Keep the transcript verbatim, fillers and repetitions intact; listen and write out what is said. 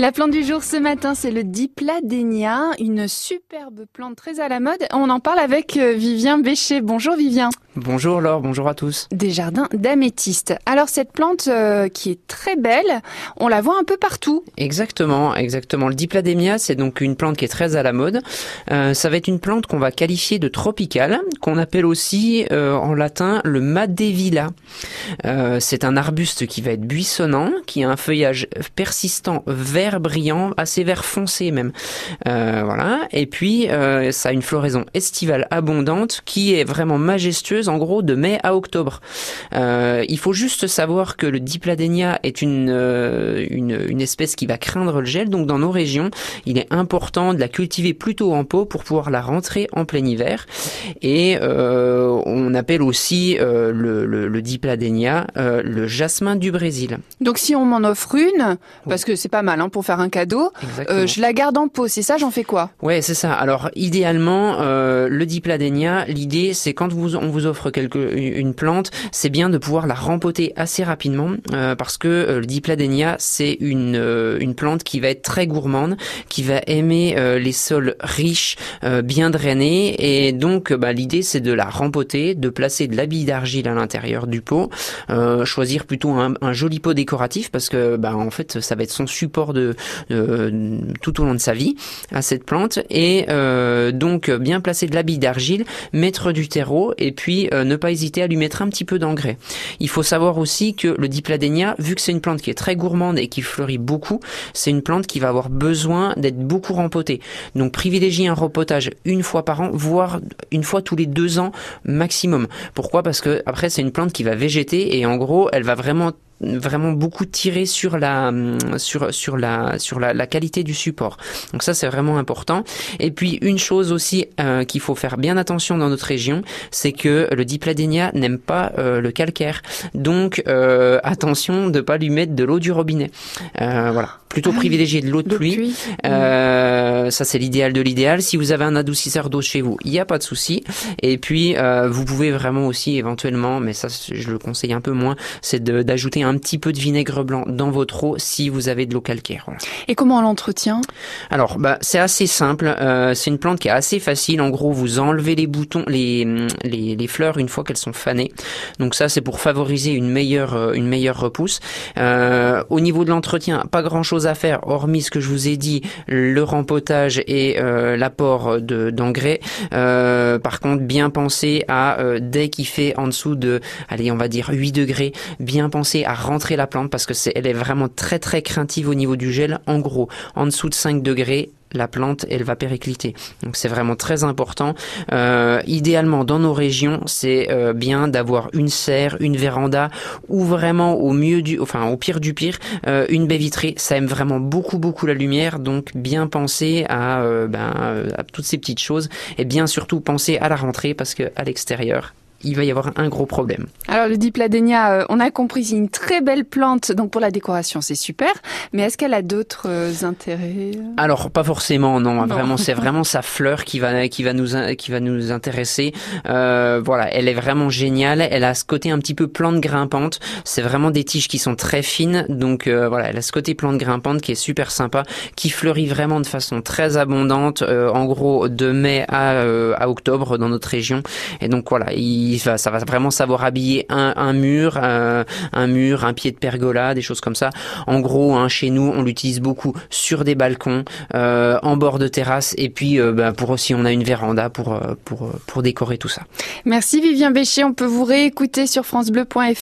La plante du jour ce matin, c'est le Dipladenia, une superbe plante très à la mode. On en parle avec Vivien Bécher. Bonjour Vivien. Bonjour Laure, bonjour à tous. Des jardins d'améthyste. Alors cette plante euh, qui est très belle, on la voit un peu partout. Exactement, exactement. Le Dipladenia, c'est donc une plante qui est très à la mode. Euh, ça va être une plante qu'on va qualifier de tropicale, qu'on appelle aussi euh, en latin le Madevilla. Euh, c'est un arbuste qui va être buissonnant, qui a un feuillage persistant vert brillant, assez vert foncé même. Euh, voilà. Et puis euh, ça a une floraison estivale abondante qui est vraiment majestueuse, en gros de mai à octobre. Euh, il faut juste savoir que le Dipladenia est une, euh, une une espèce qui va craindre le gel, donc dans nos régions, il est important de la cultiver plutôt en pot pour pouvoir la rentrer en plein hiver. Et euh, on appelle aussi euh, le, le, le Dipladenia euh, le jasmin du Brésil. Donc si on m'en offre une, parce que c'est pas mal hein, pour faire un cadeau, euh, je la garde en pot, c'est ça, j'en fais quoi? Ouais, c'est ça. Alors idéalement, euh, le Dipladenia, l'idée c'est quand vous, on vous offre quelque, une plante, c'est bien de pouvoir la rempoter assez rapidement euh, parce que euh, le Dipladenia c'est une, euh, une plante qui va être très gourmande, qui va aimer euh, les sols riches, euh, bien drainés, et donc bah, l'idée c'est de la rempoter, de placer de la bille d'argile à l'intérieur du pot, euh, choisir plutôt un, un joli pot décoratif parce que bah, en fait ça va être son support de, de tout au long de sa vie à cette plante, et euh, donc bien placer de la bille d'argile, mettre du terreau et puis euh, ne pas hésiter à lui mettre un petit peu d'engrais. Il faut savoir aussi que le Dipladenia, vu que c'est une plante qui est très gourmande et qui fleurit beaucoup, c'est une plante qui va avoir besoin d'être beaucoup rempotée. Donc privilégiez un rempotage une fois par an, voire une fois tous les deux ans maximum. Pourquoi ? Parce que après c'est une plante qui va végéter et en gros elle va vraiment vraiment beaucoup tirer sur la sur sur la sur la, la qualité du support. Donc ça c'est vraiment important. Et puis une chose aussi euh, qu'il faut faire bien attention dans notre région, c'est que le Dipladenia n'aime pas euh, le calcaire. Donc euh, attention de pas lui mettre de l'eau du robinet. Euh, voilà, plutôt ah, privilégier de l'eau de pluie. pluie. Euh, ça c'est l'idéal de l'idéal. Si vous avez un adoucisseur d'eau chez vous, il n'y a pas de souci. Et puis euh, vous pouvez vraiment aussi éventuellement, mais ça je le conseille un peu moins, c'est de, d'ajouter un un petit peu de vinaigre blanc dans votre eau si vous avez de l'eau calcaire. Voilà. Et comment on l'entretient ? Alors, bah, c'est assez simple. Euh, c'est une plante qui est assez facile. En gros, vous enlevez les boutons, les les, les fleurs une fois qu'elles sont fanées. Donc ça, c'est pour favoriser une meilleure une meilleure repousse. Euh, au niveau de l'entretien, pas grand chose à faire, hormis ce que je vous ai dit, le rempotage et euh, l'apport de d'engrais. Euh, par contre, bien penser à euh, dès qu'il fait en dessous de, allez, on va dire huit degrés, bien penser à rentrer la plante parce que c'est, elle est vraiment très très craintive au niveau du gel. En gros, en dessous de cinq degrés, la plante, elle va péricliter. Donc c'est vraiment très important. Euh, idéalement, dans nos régions, c'est euh, bien d'avoir une serre, une véranda, ou vraiment au mieux du, enfin au pire du pire, euh, une baie vitrée. Ça aime vraiment beaucoup beaucoup la lumière. Donc bien penser à, euh, ben, à toutes ces petites choses, et bien surtout penser à la rentrée parce que à l'extérieur, il va y avoir un gros problème. Alors le Dipladenia, euh, on a compris, c'est une très belle plante, donc pour la décoration c'est super, mais est-ce qu'elle a d'autres euh, intérêts ? Alors pas forcément, non, non. Vraiment c'est vraiment sa fleur qui va qui va nous qui va nous intéresser. Euh, voilà, elle est vraiment géniale. Elle a ce côté un petit peu plante grimpante. C'est vraiment des tiges qui sont très fines, donc euh, voilà, elle a ce côté plante grimpante qui est super sympa, qui fleurit vraiment de façon très abondante. Euh, en gros de mai à euh, à octobre dans notre région. Et donc voilà, il Va, ça va vraiment savoir habiller un, un mur, euh, un mur, un pied de pergola, des choses comme ça. En gros, hein, chez nous, on l'utilise beaucoup sur des balcons, euh, en bord de terrasse, et puis euh, bah, pour aussi, on a une véranda pour pour pour décorer tout ça. Merci Vivien Bécher. On peut vous réécouter sur francebleu point f r.